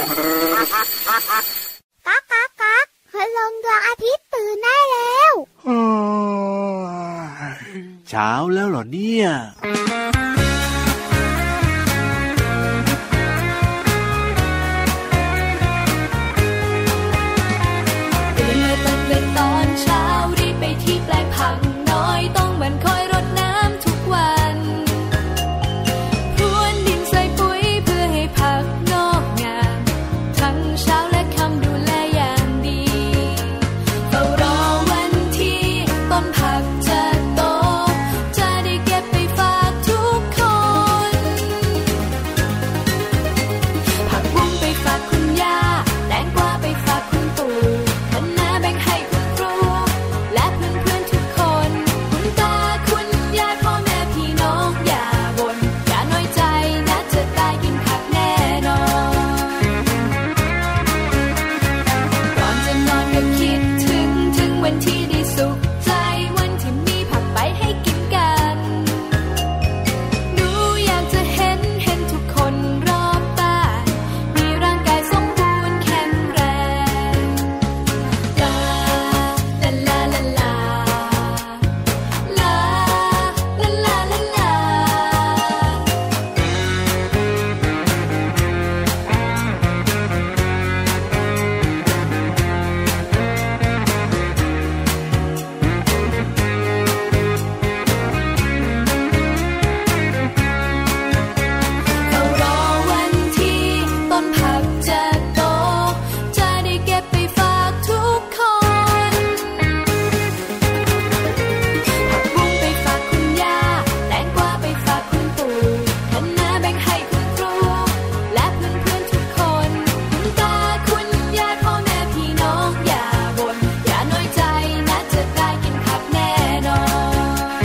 ก๊ากก๊ากก๊ากพลังดวงอาทิตย์ตื่นได้แล้วเช้าแล้วเหรอเนี่ยตื่นมาตั้งแต่ตอนเช้ารีบไปที่แปลงผักน้อยต้องหมั่นคอยรดน้ำทุกวันพรวนดินใส่ปุ๋ยเพื่อให้ผักงอกงามทั้งเช้าและค่ำดูแลอย่างดีเฝ้ารอวันที่ต้นผักจะโตจะได้เก็บไปฝากทุกคนผักบุ้งไปฝากคุณย่าแตงกวาไปฝากคุณปู่คะน้าแบ่งให้คุณครูและเพื่อนๆทุกคนคุณตาคุณยายพ่อแม่พี่น้องอย่าบ่นอย่าน้อยใจนะจะได้กินผักแน่นอนก่อนจะนอนก็คิดถึงวันที่ได้สุขใจวันที่มีผักไปให้กินกันหนูอยากจะเห็นทุกคนรอบบ้านมีร่างกายสมบูรณ์แข็งแรงลาลาลาลาลาลาลาลาลาลาเรารอวันที่ต้นผักจะโตจะได้เก็บไปฝากทุกคนผักบุ้งไปฝากคุณย่าแตงกวาไปฝากคุณปู่คะน้าแบ่งให้คุณครูและเพื่อนๆทุกคนคุณตาคุณยายพ่อแม่พี่น้องอย่าบ่นอย่าน้อยใจนะจะได้กินผักแน่นอน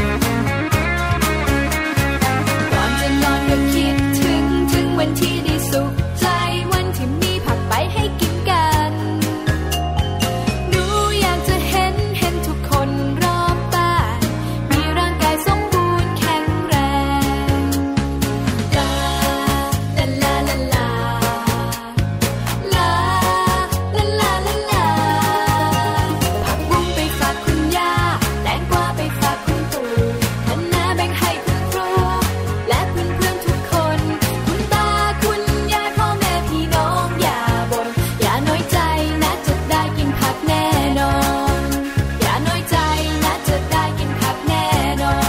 ก่อนจะนอนก็คิดถึงวันที่ได้สุขใจวันที่มีผักไปให้กินกันหนูอยากจะเห็นทุกคนรอบบ้านมีร่างกายสมบูรณ์แข็งแรงลาลาลาลาลาลาลาลาลาลาผักบุ้งไปฝากคุณย่าแตงกวาไปฝากคุณปู่คะน้าแบ่งให้คุณครูและเพื่อนๆทุกคนคุณตาคุณยายพ่อแม่พี่น้องอย่าบ่นอย่าน้อยใจนะจะได้กินผักแน่นอนอย่าน้อยใจนะจะได้กินผักแน่นอน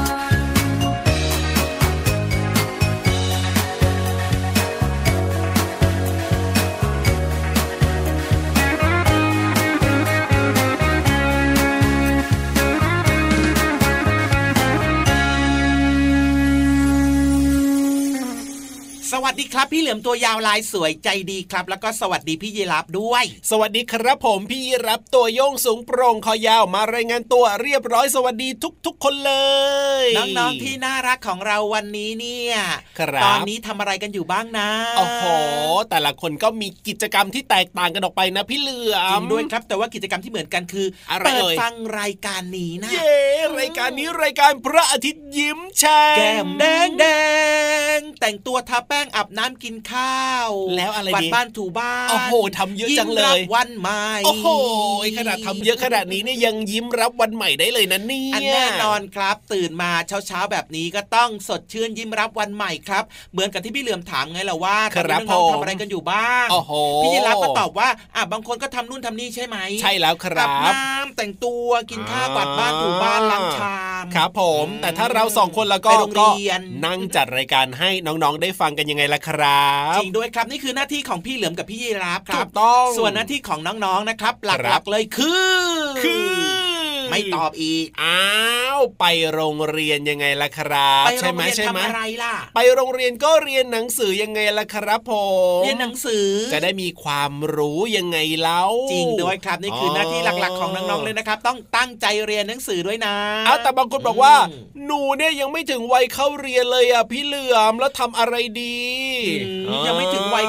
สวัสดีครับพี่เหลือมตัวยาวลายสวยใจดีครับแล้วก็สวัสดีพี่ยีรับด้วยสวัสดีครับผมพี่ยีรับตัวโยงสูงโปร่งคอยาวมารายงานตัวเรียบร้อยสวัสดีทุกคนเลยน้องๆที่น่ารักของเราวันนี้เนี่ยตอนนี้ทำอะไรกันอยู่บ้างนะโอ้โหแต่ละคนก็มีกิจกรรมที่แตกต่างกันออกไปนะพี่เหลือมจริงด้วยครับแต่ว่ากิจกรรมที่เหมือนกันคือเปิดฟังรายการนี้นะเย้รายการนี้รายการพระอาทิตย์ยิ้มแฉ่งแก้มแดงแต่งตัวทาแป้งอาบน้ำกินข้าวแล้วอะไรดีบ้านถูบ้านโอ้โหทำเยอะจังเลยยิ้มรับวันใหม่โอ้โหขนาดทำเยอะขนาดนี้เนี่ยยังยิ้มรับวันใหม่ได้เลยนะเนี่ยแน่นอนครับตื่นมาเช้าแบบนี้ก็ต้องสดชื่นยิ้มรับวันใหม่ครับเหมือนกับที่พี่เหลือมถามไงล่ะว่าตอนนี้น้องๆทำอะไรกันอยู่บ้างพี่ยีรับก็ตอบว่าบางคนก็ทำนู่นทำนี่ใช่ไหมใช่แล้วครับอาบน้ำแต่งตัวกินข้าวกวาดบ้านถูบ้านล้างชามครับผมแต่ถ้าเราสองคนแล้วก็นั่งจัดรายการให้น้องๆได้ฟังกันยังไงล่ะครับจริงด้วยครับนี่คือหน้าที่ของพี่เหลือมกับพี่ยีราฟครับถูกต้องส่วนหน้าที่ของน้องๆนะครับหลักๆเลยคือไม่ตอบอีกอ้าวไปโรงเรียนยังไงล่ะครับใช่ไหมทำอะไรล่ะไปโรงเรียนก็เรียนหนังสือยังไงล่ะครับผมเรียนหนังสือจะได้มีความรู้ยังไงเล่าจริงด้วยครับนี่คือหน้าที่หลักๆของน้องๆเลยนะครับต้องตั้งใจเรียนหนังสือด้วยนะแต่บางคนบอกว่าหนูเนี่ยยังไม่ถึงวัยเข้าเรียนเลยอ่ะพี่เหลือมแล้วทำอะไรดียังไม่ถึงวัยเข้าเรียน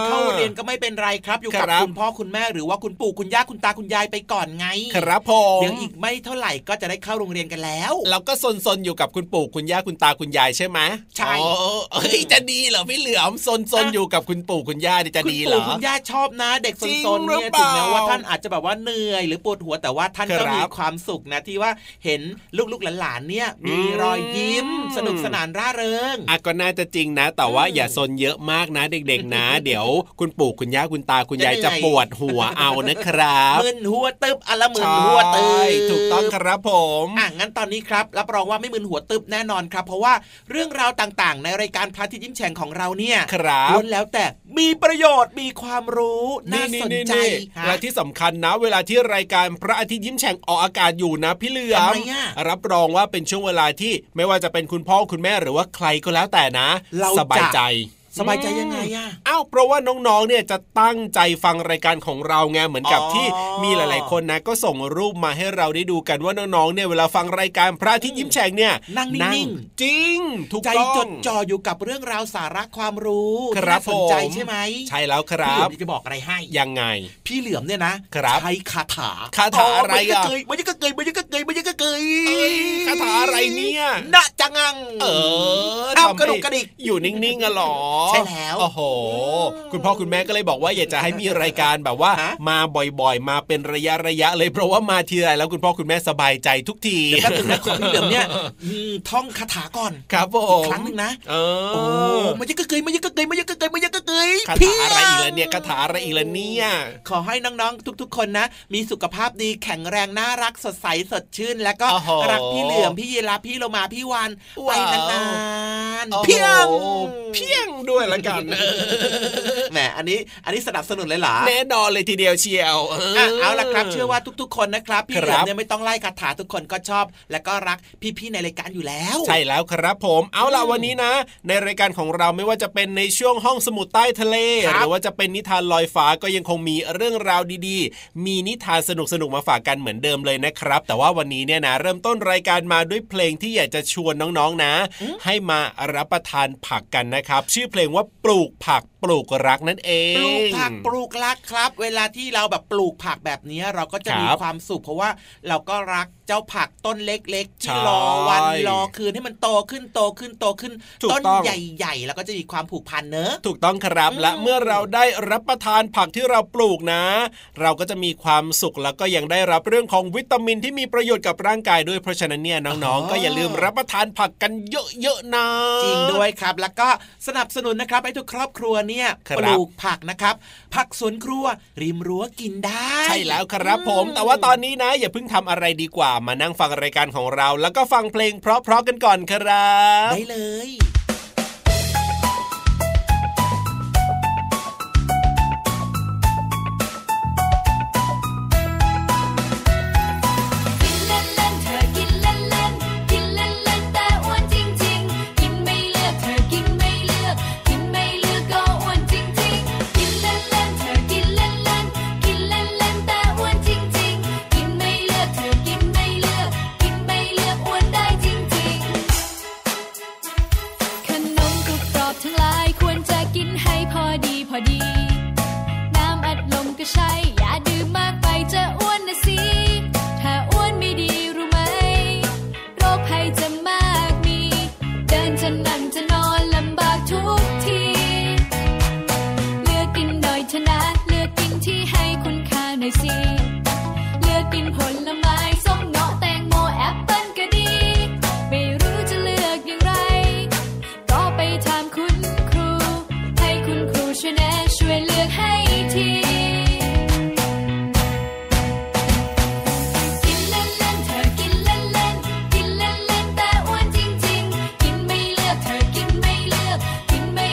รียนก็ไม่เป็นไรครับอยู่กับคุณพ่อคุณแม่หรือว่าคุณปู่คุณย่าคุณตาคุณยายไปก่อนไงครับผมเดี๋ยวอีกไม่เท่าไหร่ก็จะได้เข้าโรงเรียนกันแล้วเราก็ซนๆอยู่กับคุณปู่คุณย่าคุณตาคุณยายใช่ไหมใช่จะดีเหรอพี่เหลือมซนอยู่กับคุณปู่คุณย่าจะดีเหรอคุณปู่คุณย่าชอบนะเด็กซนๆเนี่ยถึงแม้ว่าท่านอาจจะแบบว่าเหนื่อยหรือปวดหัวแต่ว่าท่านก็มีความสุขนะที่ว่าเห็นลูกๆหลานๆเนี่ยมีรอยยิ้มสนุกสนานร่าเริงก็น่าจะจริงนะแต่ว่าอย่าซนเยอะมากนะเด็กๆนะเดี๋ยวคุณปู่คุณย่าคุณตาคุณยายจะปวดหัวเอานะครับมึนหัวตึบละมึนหัวตึบถูกต้องครับผมงั้นตอนนี้ครับรับรองว่าไม่มึนหัวตึบแน่นอนครับเพราะว่าเรื่องราวต่างๆในรายการพระอาทิตย์ยิ้มแฉ่งของเราเนี่ยล้วนแล้วแต่มีประโยชน์มีความรู้น่าสนใจและที่สำคัญนะเวลาที่รายการพระอาทิตย์ยิ้มแฉ่งออกอากาศอยู่นะพี่เหลือมรับรองว่าเป็นช่วงเวลาที่ไม่ว่าจะเป็นคุณพ่อคุณแม่หรือว่าใครก็แล้วแต่นะสบายใจยังไงเพราะว่าน้องๆเนี่ยจะตั้งใจฟังรายการของเราไงเหมือนกับที่มีหลายๆคนนะก็ส่งรูปมาให้เราได้ดูกันว่าน้องๆเนี่ยเวลาฟังรายการพระอาทิตย์ยิ้มแฉ่งเนี่ยนั่งนิ่งจริงถูกใจจดจ่ออยู่กับเรื่องราวสาระความรู้น่าสนใจใช่ไหมใช่แล้วครับพี่เหลือมจะบอกอะไรให้ยังไงพี่เหลือมเนี่ยนะใช้คาถาอะไรอ่ะมันจะเกยคาถาอะไรเนี่ยน่าจังังกระดุกกระดิกอยู่นิ่งๆอ่ะหรอใช่แล้วโอ้โหคุณพ่อคุณแม่ก็เลยบอกว่าอยากจะให้มีรายการแบบว่ามาบ่อยๆมาเป็นระยะเลยเพราะว่ามาทีไรแล้วคุณพ่อคุณแม่สบายใจทุกทีก็ถึงนะของพี่เหลือมเนี่ยท่องคาถาก่อนครับผมอีกครั้งนึงนะมันจะเกยคาถาอะไรอีกล่ะเนี่ยคาถาอะไรอีกล่ะเนี่ยขอให้น้องๆทุกๆคนนะมีสุขภาพดีแข็งแรงน่ารักสดใสสดชื่นแล้วก็รักพี่เหลือมพี่ยีราฟพี่โลมาพี่วานไปนานๆเพียงด้วยละกันแหมอันนี้สนับสนุนเลยเหรอแน่นอนเลยทีเดียวเชียวเอาล่ะครับเชื่อว่าทุกๆคนนะครับพี่เหลือมเนี่ยไม่ต้องไล่คาถาทุกคนก็ชอบและก็รักพี่ๆในรายการอยู่แล้วใช่แล้วครับผมเอาล่ะวันนี้นะในรายการของเราไม่ว่าจะเป็นในช่วงห้องสมุดใต้ทะเลหรือว่าจะเป็นนิทานลอยฟ้าก็ยังคงมีเรื่องราวดีๆมีนิทานสนุกๆมาฝากกันเหมือนเดิมเลยนะครับแต่ว่าวันนี้เนี่ยนะเริ่มต้นรายการมาด้วยเพลงที่อยากจะชวนน้องๆนะให้มารับประทานผักกันนะครับชื่อเพลงว่าปลูกผักปลูกรักนั่นเองปลูกผักปลูกรักครับเวลาที่เราแบบปลูกผักแบบนี้เราก็จะมีความสุขเพราะว่าเราก็รักเจ้าผักต้นเล็กๆที่รอวันรอคืนให้มันโตขึ้นต้นใหญ่ๆแล้วก็จะมีความผูกพันเนอะถูกต้องครับและเมื่อเราได้รับประทานผักที่เราปลูกนะเราก็จะมีความสุขแล้วก็ยังได้รับเรื่องของวิตามินที่มีประโยชน์กับร่างกายด้วยเพราะฉะนั้นเนี่ยน้องๆก็อย่าลืมรับประทานผักกันเยอะๆนะจริงด้วยครับแล้วก็สนับสนุนนะครับให้ทุกครอบครัวเนี่ยปลูกผักนะครับผักสวนครัวริมรั้วกินได้ใช่แล้วครับผมแต่ว่าตอนนี้นะอย่าเพิ่งทำอะไรดีกว่ามานั่งฟังรายการของเราแล้วก็ฟังเพลงเพราะๆกันก่อนครับได้เลย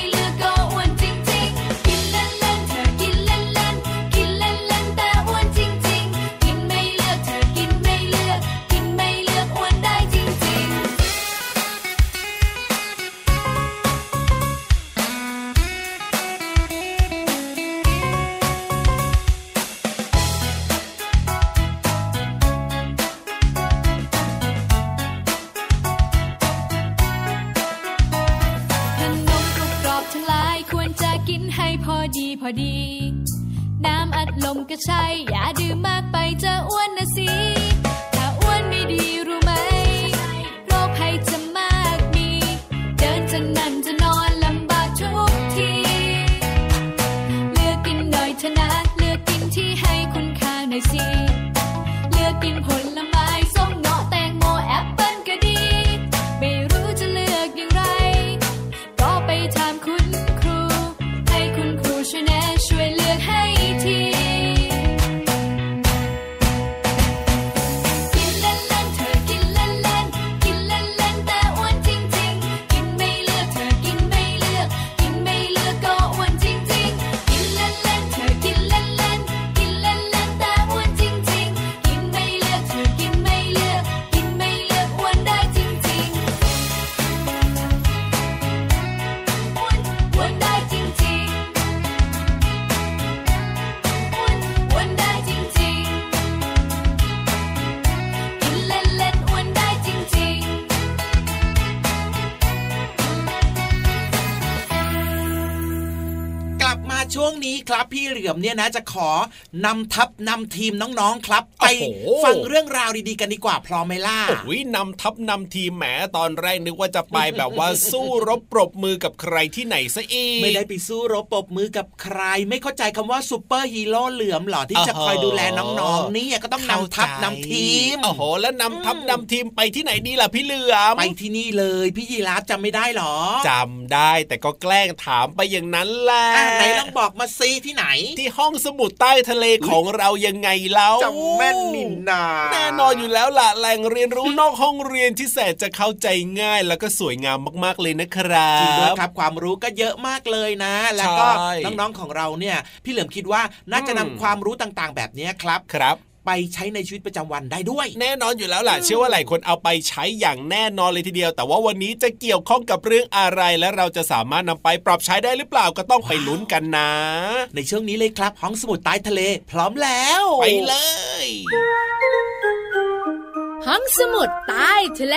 จดีน้ำอัดลมก็ใช่อย่าดื่มมากไปจะอ้วนนะสิถ้าอ้วนไม่ดีรู้ไหมโรคภัยจะมากมีเดินจะนั่งจะนอนลำบากทุกทีเลือกกินหน่อยเถอะนะเลือกกินที่ให้คุณค่าหน่อยสิเลือกกินผลไม้ส้มเงาะแตงโมแอปเปิ้ลก็ดีไม่รู้จะเลือกอย่างไรก็ไปถามคุณครูให้คุณครูช่วยแนะช่วยเลือกให้ทีกินเล่นๆเธอกินเล่นๆกินเล่นๆแต่อ้วนจริงๆกินไม่เลือกเธอกินไม่เลือกกินไม่เลือกก็อ้วนจริงๆกินเล่นๆเธอกินเล่นๆกินเล่นๆแต่อ้วนจริงๆกินไม่เลือกเธอกินไม่เลือกกินไม่เลือกอ้วนได้จริงๆอ้วนได้จริงๆอ้วนได้จริงๆกินเล่นๆอ้วนได้จริงๆกลับมาช่วงนี้ครับพี่เหลือมเนี่ยนะจะขอนำทัพนำทีมน้องๆครับไปฟังเรื่องราวดีๆกันดีกว่าพร้อมไหมล่ะโอ้ยนำทัพนำทีมแหมตอนแรกนึกว่าจะไปแบบว่าสู้รบปรบมือกับใครที่ไหนซะอีกไม่ได้ไปสู้รบปรบมือกับใครไม่เข้าใจคำว่าซูเปอร์ฮีโร่เหลือมหรอที่จะคอยดูแลน้องๆนี่ก็ต้องนำทัพนำทีมโอ้โหแล้วนำทัพนำทีมไปที่ไหนดีล่ะพี่เหลือมไปที่นี่เลยพี่ยีราฟจำไม่ได้หรอจำได้แต่ก็แกล้งถามไปอย่างนั้นแหละไหนลองบอกมาซิที่ไหนที่ห้องสมุดใต้ทะเลของเรายังไงเล่าจำแม่นนินนาแน่นอนอยู่แล้วล่ะแหล่งเรียนรู้นอกห้องเรียนที่แสนจะเข้าใจง่ายแล้วก็สวยงามมากๆเลยนะครับจริงด้วยครับความรู้ก็เยอะมากเลยนะแล้วก็น้องๆของเราเนี่ยพี่เหลิมคิดว่าน่าจะนำความรู้ต่างๆแบบนี้ครับไปใช้ในชีวิตประจำวันได้ด้วยแน่นอนอยู่แล้วล่ะเชื่อว่าหลายคนเอาไปใช้อย่างแน่นอนเลยทีเดียวแต่ว่าวันนี้จะเกี่ยวข้องกับเรื่องอะไรและเราจะสามารถนำไปปรับใช้ได้หรือเปล่าก็ต้องไปลุ้นกันนะในช่วงนี้เลยครับห้องสมุดใต้ทะเลพร้อมแล้วไปเลยห้องสมุดใต้ทะเล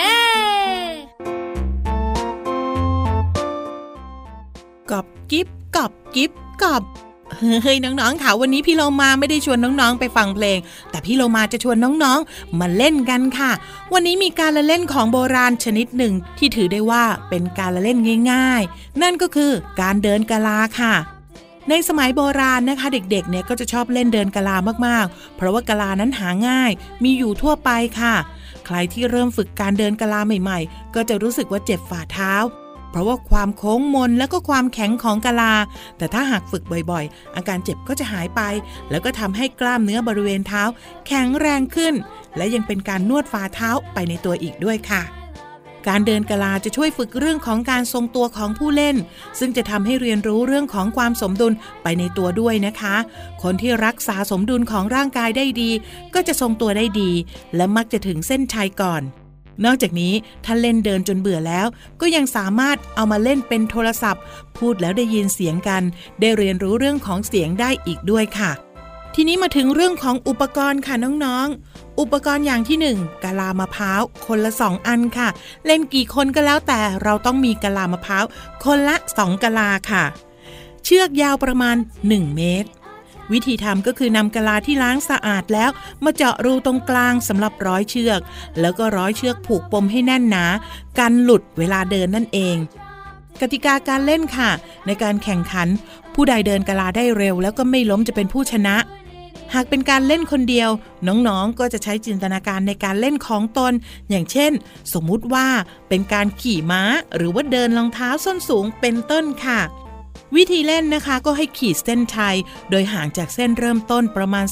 กอบกิ๊บกอบกิ๊บกอบเฮ้ยน้องๆค่ะวันนี้พี่โลมาไม่ได้ชวนน้องๆไปฟังเพลงแต่พี่โลมาจะชวนน้องๆมาเล่นกันค่ะวันนี้มีการละเล่นของโบราณชนิดหนึ่งที่ถือได้ว่าเป็นการละเล่นง่ายๆนั่นก็คือการเดินกะลาค่ะในสมัยโบราณนะคะเด็กๆเนี่ยก็จะชอบเล่นเดินกะลามากๆเพราะว่ากะลานั้นหาง่ายมีอยู่ทั่วไปค่ะใครที่เริ่มฝึกการเดินกะลาใหม่ๆก็จะรู้สึกว่าเจ็บฝ่าเท้าเพราะว่าความโค้งมนและก็ความแข็งของกะลาแต่ถ้าหากฝึกบ่อยๆอาการเจ็บก็จะหายไปแล้วก็ทำให้กล้ามเนื้อบริเวณเท้าแข็งแรงขึ้นและยังเป็นการนวดฝ่าเท้าไปในตัวอีกด้วยค่ะการเดินกะลาจะช่วยฝึกเรื่องของการทรงตัวของผู้เล่นซึ่งจะทำให้เรียนรู้เรื่องของความสมดุลไปในตัวด้วยนะคะคนที่รักษาสมดุลของร่างกายได้ดีก็จะทรงตัวได้ดีและมักจะถึงเส้นชัยก่อนนอกจากนี้ถ้าเล่นเดินจนเบื่อแล้วก็ยังสามารถเอามาเล่นเป็นโทรศัพท์พูดแล้วได้ยินเสียงกันได้เรียนรู้เรื่องของเสียงได้อีกด้วยค่ะทีนี้มาถึงเรื่องของอุปกรณ์ค่ะน้องๆอุปกรณ์อย่างที่1กะลามะพร้าวคนละ2อันค่ะเล่นกี่คนก็แล้วแต่เราต้องมีกะลามะพร้าวคนละ2กะลาค่ะเชือกยาวประมาณ1 เมตรวิธีทำก็คือนำกะลาที่ล้างสะอาดแล้วมาเจาะรูตรงกลางสำหรับร้อยเชือกแล้วก็ร้อยเชือกผูกปมให้แน่นหนากันหลุดเวลาเดินนั่นเองกติกาการเล่นค่ะในการแข่งขันผู้ใดเดินกะลาได้เร็วแล้วก็ไม่ล้มจะเป็นผู้ชนะหากเป็นการเล่นคนเดียวน้องๆก็จะใช้จินตนาการในการเล่นของตนอย่างเช่นสมมุติว่าเป็นการขี่ม้าหรือว่าเดินรองเท้าส้นสูงเป็นต้นค่ะวิธีเล่นนะคะก็ให้ขีดเส้นชัยโดยห่างจากเส้นเริ่มต้นประมาณ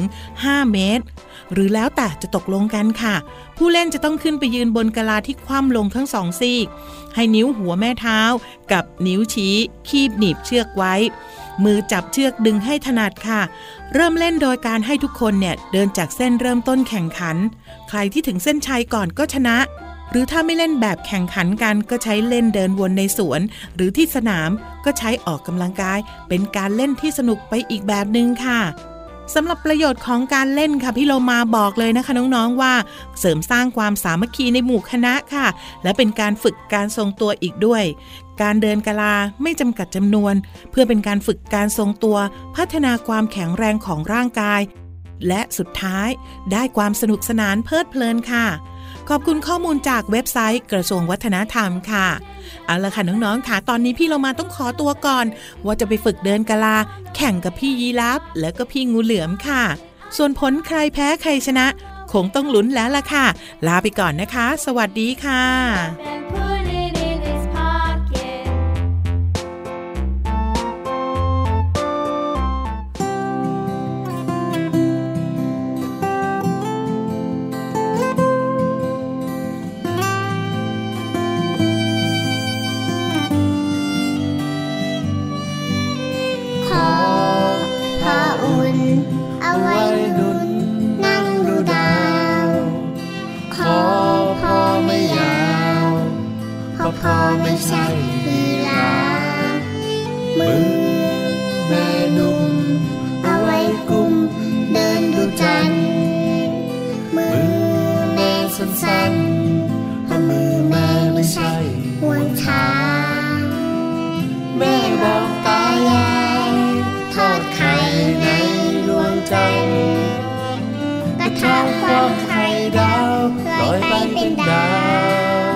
3-5 เมตรหรือแล้วแต่จะตกลงกันค่ะผู้เล่นจะต้องขึ้นไปยืนบนกะลาที่คว่ำลงทั้ง2 ซีกให้นิ้วหัวแม่เท้ากับนิ้วชี้คีบหนีบเชือกไว้มือจับเชือกดึงให้ถนัดค่ะเริ่มเล่นโดยการให้ทุกคนเนี่ยเดินจากเส้นเริ่มต้นแข่งขันใครที่ถึงเส้นชัยก่อนก็ชนะหรือถ้าไม่เล่นแบบแข่งขันกันก็ใช้เล่นเดินวนในสวนหรือที่สนามก็ใช้ออกกำลังกายเป็นการเล่นที่สนุกไปอีกแบบนึงค่ะสำหรับประโยชน์ของการเล่นค่ะพี่โลมาบอกเลยนะคะน้องๆว่าเสริมสร้างความสามัคคีในหมู่คณะค่ะและเป็นการฝึกการทรงตัวอีกด้วยการเดินกะลาไม่จำกัดจำนวนเพื่อเป็นการฝึกการทรงตัวพัฒนาความแข็งแรงของร่างกายและสุดท้ายได้ความสนุกสนานเพลิดเพลินค่ะขอบคุณข้อมูลจากเว็บไซต์กระทรวงวัฒนธรรมค่ะเอาล่ะค่ะน้องๆค่ะตอนนี้พี่เรามาต้องขอตัวก่อนว่าจะไปฝึกเดินกะลาแข่งกับพี่ยีราฟและก็พี่งูเหลือมค่ะส่วนผลใครแพ้ใครชนะคงต้องลุ้นแล้วล่ะค่ะลาไปก่อนนะคะสวัสดีค่ะพ่อไม่ใช่ยีราฟมือแม่นุ่มเอาไว้กุมเดินดูจันทร์มือแม่สั้นๆเพราะมือแม่ไม่ใช่ห่วงช้างแม่บอกตายายทอดไข่ในดวงจันทร์กระทะความไข่ดาวลอยไปเป็นดาว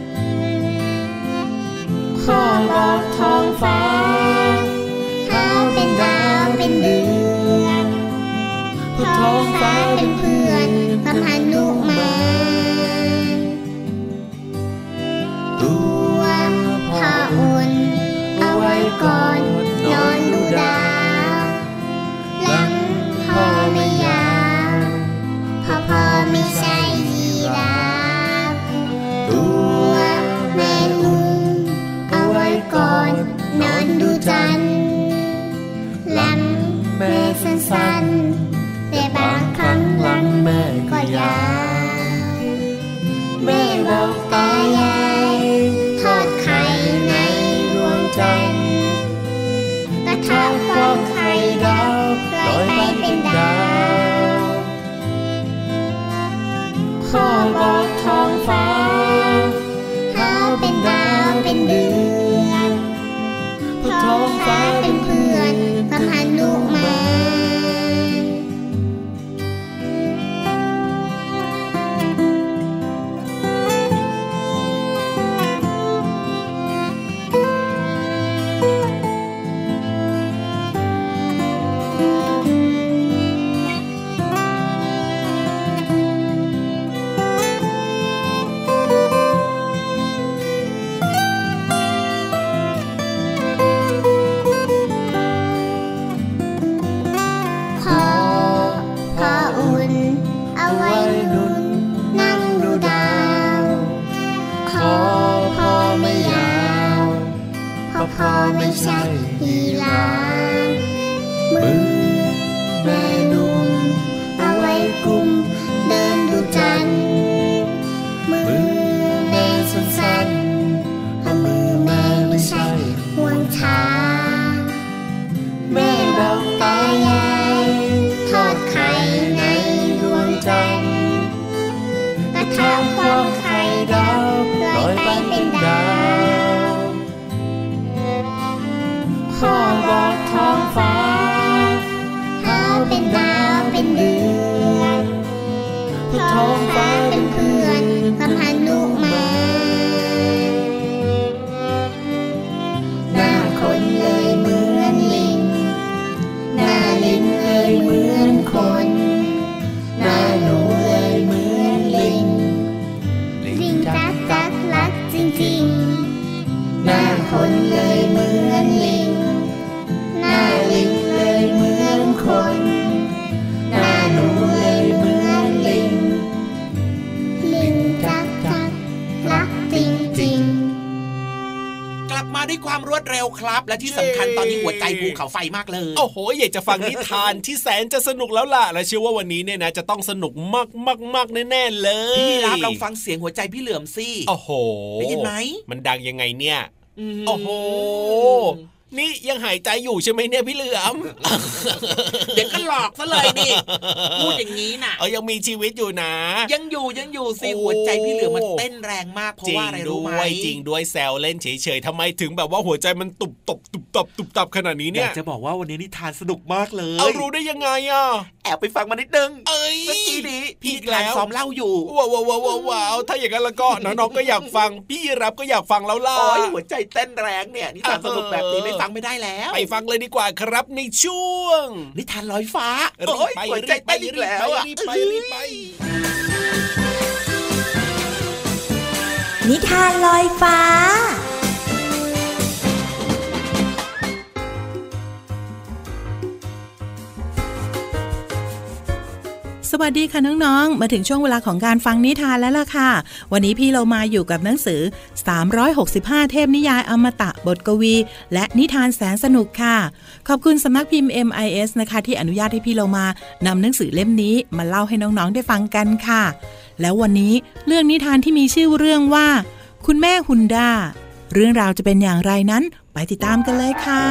พ่อบอกท้องฟ้าเขาเป็นดาวเป็นเดือนเพราะท้องฟ้าเป็นเพื่อนกับหนุมานตัวพ่ออุ่นเอาไว้ก่อนนอนดูดาวหลังพ่อไม่ยาวเพราะพ่อไม่ใช่ยีราฟตัวแม่อุ่นก่อนนอนดูจันทร์ลำแม่สั้นๆแต่บางครั้งลำแม่ก็ยาวแม่บอกตายายทอดไข่ในดวงจันทร์กระทะความไข่ดาวลอยไปเป็นดาวพ่อบอกท้องฟ้าเขาเป็นดาวเป็นเดือนท้องฟ้าเป็นเพื่อนกับหนุมานพ่อไม่ใช่ยีราฟมือแม่นุ่มเอาไว้กุมเดินดูจันทร์มือแม่สั้นๆเพราะมือแม่ไม่ใช่ห่วงช้างแม่บอกตายายทอดไข่ในดวงจันทร์กระทะความไข่ดาวลอยไปเป็นดาวพ่อบอกท้องฟ้าเขาเป็นดาวเป็นเดือนเพราะท้องฟ้าเป็นเพื่อนกับหนุมานหน้าคนเลยเหมือนลิงหน้าลิงเลยเหมือนคนหน้าหนูเลยเหมือนลิงลิงจักรักจริงๆหน้าคนเลยเหมือนลิงหน้าลิงเลยเหมือนคนหน้าหนูเลยเหมือนลิงลิงจักรักจริงๆกลับมาด้วยความรวดเร็วครับและที่สำคัญตอนนี้หัวใจภูเขาไฟมากเลยโอ้โหอยากจะฟังนิทานที่แสนจะสนุกแล้วล่ะและเชื่อว่าวันนี้เนี่ยนะจะต้องสนุกมากแน่ๆเลยพี่รับลองฟังเสียงหัวใจพี่เหลือมสิโอ้โหได้ยินไหมมันดังยังไงเนี่ยโอ้โหนี่ยังหายใจอยู่ใช่ไหมเนี่ยพี่เหลือมเดี๋ยวก็หลอกซะเลยนี่พูดอย่างนี้น่ะยังมีชีวิตอยู่นะยังอยู่สิหัวใจพี่เหลือมมันเต้นแรงมากเพราะว่าอะไรรู้ไหมจริงด้วยแซวเล่นเฉยๆทำไมถึงแบบว่าหัวใจมันตุบตับขนาดนี้เนี่ยอยากจะบอกว่าวันนี้นิทานสนุกมากเลยรู้ได้ยังไงอ่ะแอบไปฟังมานิดนึงเมื่อกี้นี้พี่นิทานซ้อมเล่าอยู่ว้าวถ้าอย่างนั้นแล้วก็น้องๆก็อยากฟังพี่รับก็อยากฟังแล้วล่ะหัวใจเต้นแรงเนี่ยนิทานสนุกแบบนี้ไม่ฟังไม่ได้แล้วไปฟังเลยดีกว่าครับในช่วงนิทานลอยฟ้าหัวใจเต้นอีกแล้วรีบไปนิทานลอยฟ้าสวัสดีค่ะน้องๆมาถึงช่วงเวลาของการฟังนิทานแล้วล่ะค่ะวันนี้พี่เรามาอยู่กับหนังสือ365เทพนิยายอมตะบทกวีและนิทานแสนสนุกค่ะขอบคุณสำนักพิมพ์ MIS นะคะที่อนุญาตให้พี่เรามานำหนังสือเล่มนี้มาเล่าให้น้องๆได้ฟังกันค่ะแล้ววันนี้เรื่องนิทานที่มีชื่อเรื่องว่าคุณแม่ฮุนดาเรื่องราวจะเป็นอย่างไรนั้นไปติดตามกันเลยค่ะ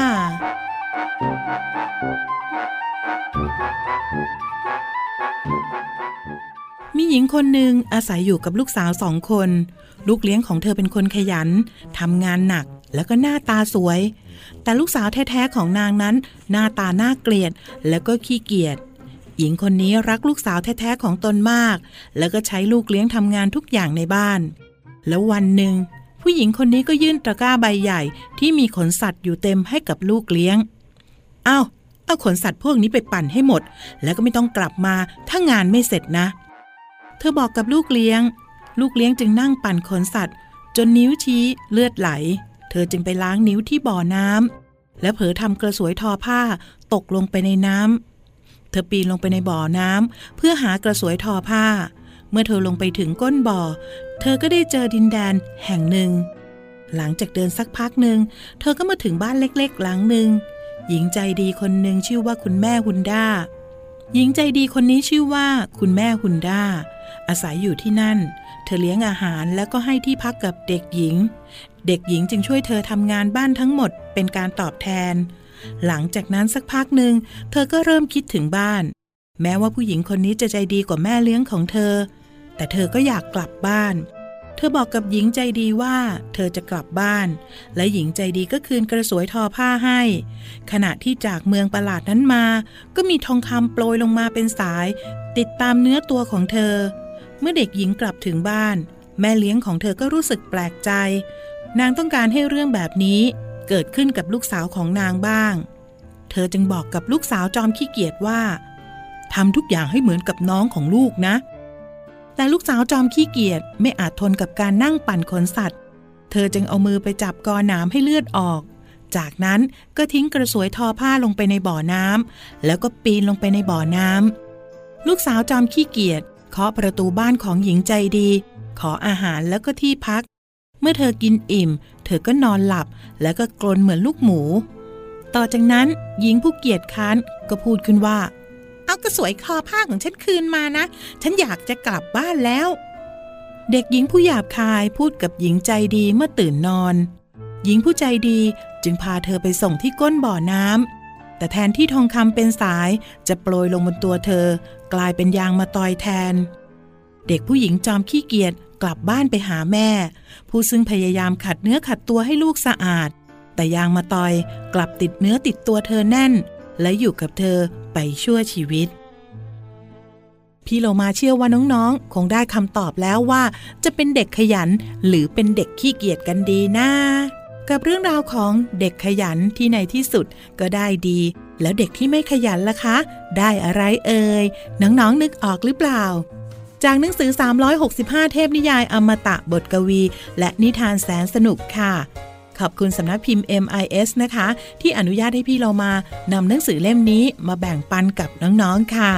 มีหญิงคนหนึ่งอาศัยอยู่กับลูกสาว2 คนลูกเลี้ยงของเธอเป็นคนขยันทำงานหนักแล้วก็หน้าตาสวยแต่ลูกสาวแท้ๆของนางนั้นหน้าตาน่าเกลียดแล้วก็ขี้เกียจหญิงคนนี้รักลูกสาวแท้ๆของตนมากแล้วก็ใช้ลูกเลี้ยงทำงานทุกอย่างในบ้านแล้ววันหนึ่งผู้หญิงคนนี้ก็ยื่นตะกร้าใบใหญ่ที่มีขนสัตว์อยู่เต็มให้กับลูกเลี้ยงเอาขนสัตว์พวกนี้ไปปั่นให้หมดแล้วก็ไม่ต้องกลับมาถ้างานไม่เสร็จนะเธอบอกกับลูกเลี้ยงจึงนั่งปั่นขนสัตว์จนนิ้วชี้เลือดไหลเธอจึงไปล้างนิ้วที่บ่อน้ำและเผลอทำกระสวยทอผ้าตกลงไปในน้ำเธอปีนลงไปในบ่อน้ำเพื่อหากระสวยทอผ้าเมื่อเธอลงไปถึงก้นบ่อเธอก็ได้เจอดินแดนแห่งหนึ่งหลังจากเดินสักพักหนึ่งเธอก็มาถึงบ้านเล็กๆหลังหนึ่งหญิงใจดีคนหนึ่งชื่อว่าคุณแม่ฮุนดาหญิงใจดีคนนี้ชื่อว่าคุณแม่ฮุนดาอาศัยอยู่ที่นั่นเธอเลี้ยงอาหารแล้วก็ให้ที่พักกับเด็กหญิงจึงช่วยเธอทำงานบ้านทั้งหมดเป็นการตอบแทนหลังจากนั้นสักพักหนึ่งเธอก็เริ่มคิดถึงบ้านแม้ว่าผู้หญิงคนนี้จะใจดีกว่าแม่เลี้ยงของเธอแต่เธอก็อยากกลับบ้านเธอบอกกับหญิงใจดีว่าเธอจะกลับบ้านและหญิงใจดีก็คืนกระสวยทอผ้าให้ขณะที่จากเมืองประหลาดนั้นมาก็มีทองคำโปรยลงมาเป็นสายติดตามเนื้อตัวของเธอเมื่อเด็กหญิงกลับถึงบ้านแม่เลี้ยงของเธอก็รู้สึกแปลกใจนางต้องการให้เรื่องแบบนี้เกิดขึ้นกับลูกสาวของนางบ้างเธอจึงบอกกับลูกสาวจอมขี้เกียจว่าทำทุกอย่างให้เหมือนกับน้องของลูกนะแต่ลูกสาวจอมขี้เกียจไม่อาจทนกับการนั่งปั่นขนสัตว์เธอจึงเอามือไปจับกอหนามให้เลือดออกจากนั้นก็ทิ้งกระสวยทอผ้าลงไปในบ่อน้ำแล้วก็ปีนลงไปในบ่อน้ำลูกสาวจอมขี้เกียจเคาะประตูบ้านของหญิงใจดีขออาหารแล้วก็ที่พักเมื่อเธอกินอิ่มเธอก็นอนหลับแล้วก็กรนเหมือนลูกหมูต่อจากนั้นหญิงผู้เกียจค้านก็พูดขึ้นว่าเอากระสวยคอผ้าของฉันคืนมานะฉันอยากจะกลับบ้านแล้วเด็กหญิงผู้หยาบคายพูดกับหญิงใจดีเมื่อตื่นนอนหญิงผู้ใจดีจึงพาเธอไปส่งที่ก้นบ่อน้ำแต่แทนที่ทองคำเป็นสายจะโปรยลงบนตัวเธอกลายเป็นยางมะตอยแทนเด็กผู้หญิงจอมขี้เกียจกลับบ้านไปหาแม่ผู้ซึ่งพยายามขัดเนื้อขัดตัวให้ลูกสะอาดแต่ยางมะตอยกลับติดเนื้อติดตัวเธอแน่นและอยู่กับเธอไปชั่วชีวิตพี่โลมาเชื่อว่าน้องๆคงได้คำตอบแล้วว่าจะเป็นเด็กขยันหรือเป็นเด็กขี้เกียจกันดีนะกับเรื่องราวของเด็กขยันที่ในที่สุดก็ได้ดีแล้วเด็กที่ไม่ขยันล่ะคะได้อะไรเอ่ยน้องๆนึกออกหรือเปล่าจากหนังสือ365เทพนิยายอมตะบทกวีและนิทานแสนสนุกค่ะขอบคุณสำนักพิมพ์ MIS นะคะที่อนุญาตให้พี่เรามานำหนังสือเล่มนี้มาแบ่งปันกับน้องๆค่ะ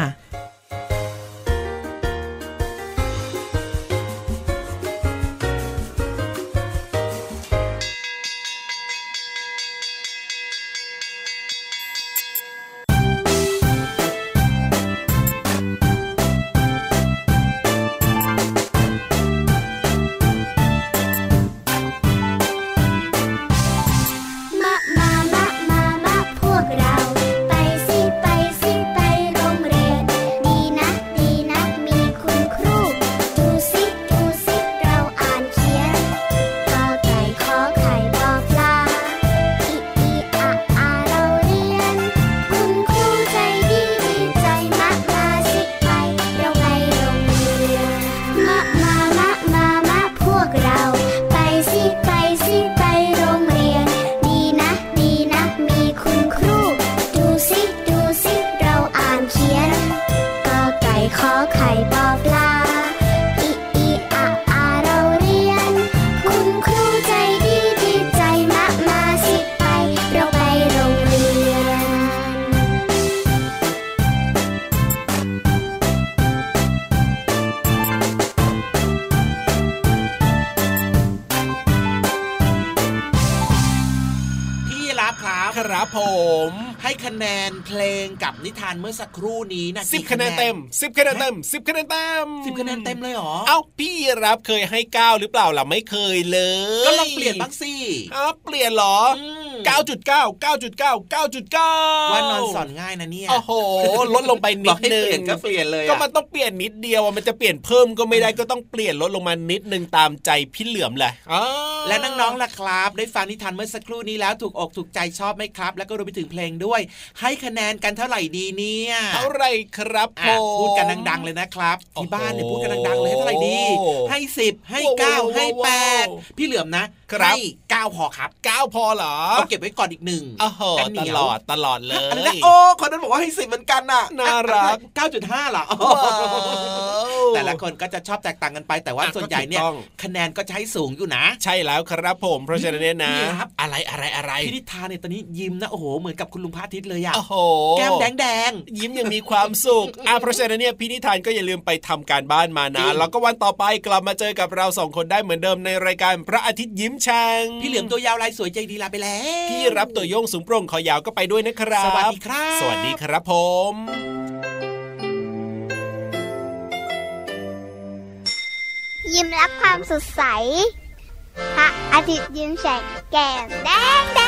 มะครับผมให้คะแนนเพลงกับนิทานเมื่อสักครู่นี้นะ 10 คะแนนเต็ม10 คะแนนเต็ม10 คะแนนเต็ม 10 คะแนนเต็มเลยเหรอเอ้าพี่รับเคยให้9หรือเปล่าล่ะไม่เคยเลยก็ลองเปลี่ยนบ้างสิเปลี่ยนเหรอ 9.9 9.9 9.9 ว่านอนสอนง่ายนะเนี่ยโอ้โหลดลงไปนิดนึงก็เปลี่ยนเลยก็มันต้องเปลี่ยนนิดเดียวมันจะเปลี่ยนเพิ่มก็ไม่ได้ก็ต้องเปลี่ยนลดลงมานิดนึงตามใจพี่เหลือมแหละและน้องๆล่ะครับได้ฟังนิทานเมื่อสักครู่นี้แล้วถูกอกถูกใจชอบไหมครับแล้วก็รวมไปถึงเพลงด้วยให้คะแนนกันเท่าไหร่ดีเนี่ยเท่าไหร่ครับพูดกันดังๆเลยนะครับที่บ้านเนี่ยพูดกันดังๆเลยให้เท่าไหร่ดีให้10ให้9ให้8พี่เหลือมนะให้9พอครับ 9พอเหรอเอาเก็บไว้ก่อนอีก1 ตลอดเลยอะไรนะโอ้คนนั้นบอกว่าให้10เหมือนกันน่ะน่ารัก 9.5 เหรอแต่ละคนก็จะชอบแตกต่างกันไปแต่ว่าส่วนใหญ่เนี่ยคะแนนก็จะให้สูงอยู่นะใช่แล้วครับผมเพราะฉะนั้นเนี่ยนะอะไรพี่นิทานเนี่ยตอนนี้ยิ้มนะโอ้โหเหมือนกับคุณลุงพระอาทิตย์เลยอ่ะโอ้โหแก้มแดงยิ้มยังมีความสุขเพราะฉะนั้นเนี่ยพี่นิทานก็อย่าลืมไปทำการบ้านมานะแล้วก็วันต่อไปกลับมาเจอกับเรา2คนได้เหมือนเดิมในรายการพระอาทิตย์ยิ้มช่างพี่เหลือมตัวยาวลายสวยใจดีลาไปแล้วพี่รับตัวโยงสูงโปร่งคอยาวก็ไปด้วยนะครับสวัสดีครับสวัสดีครับผมยิ้มรับความสดใสพระอาทิตย์ยิ้มแฉกแก้มแดง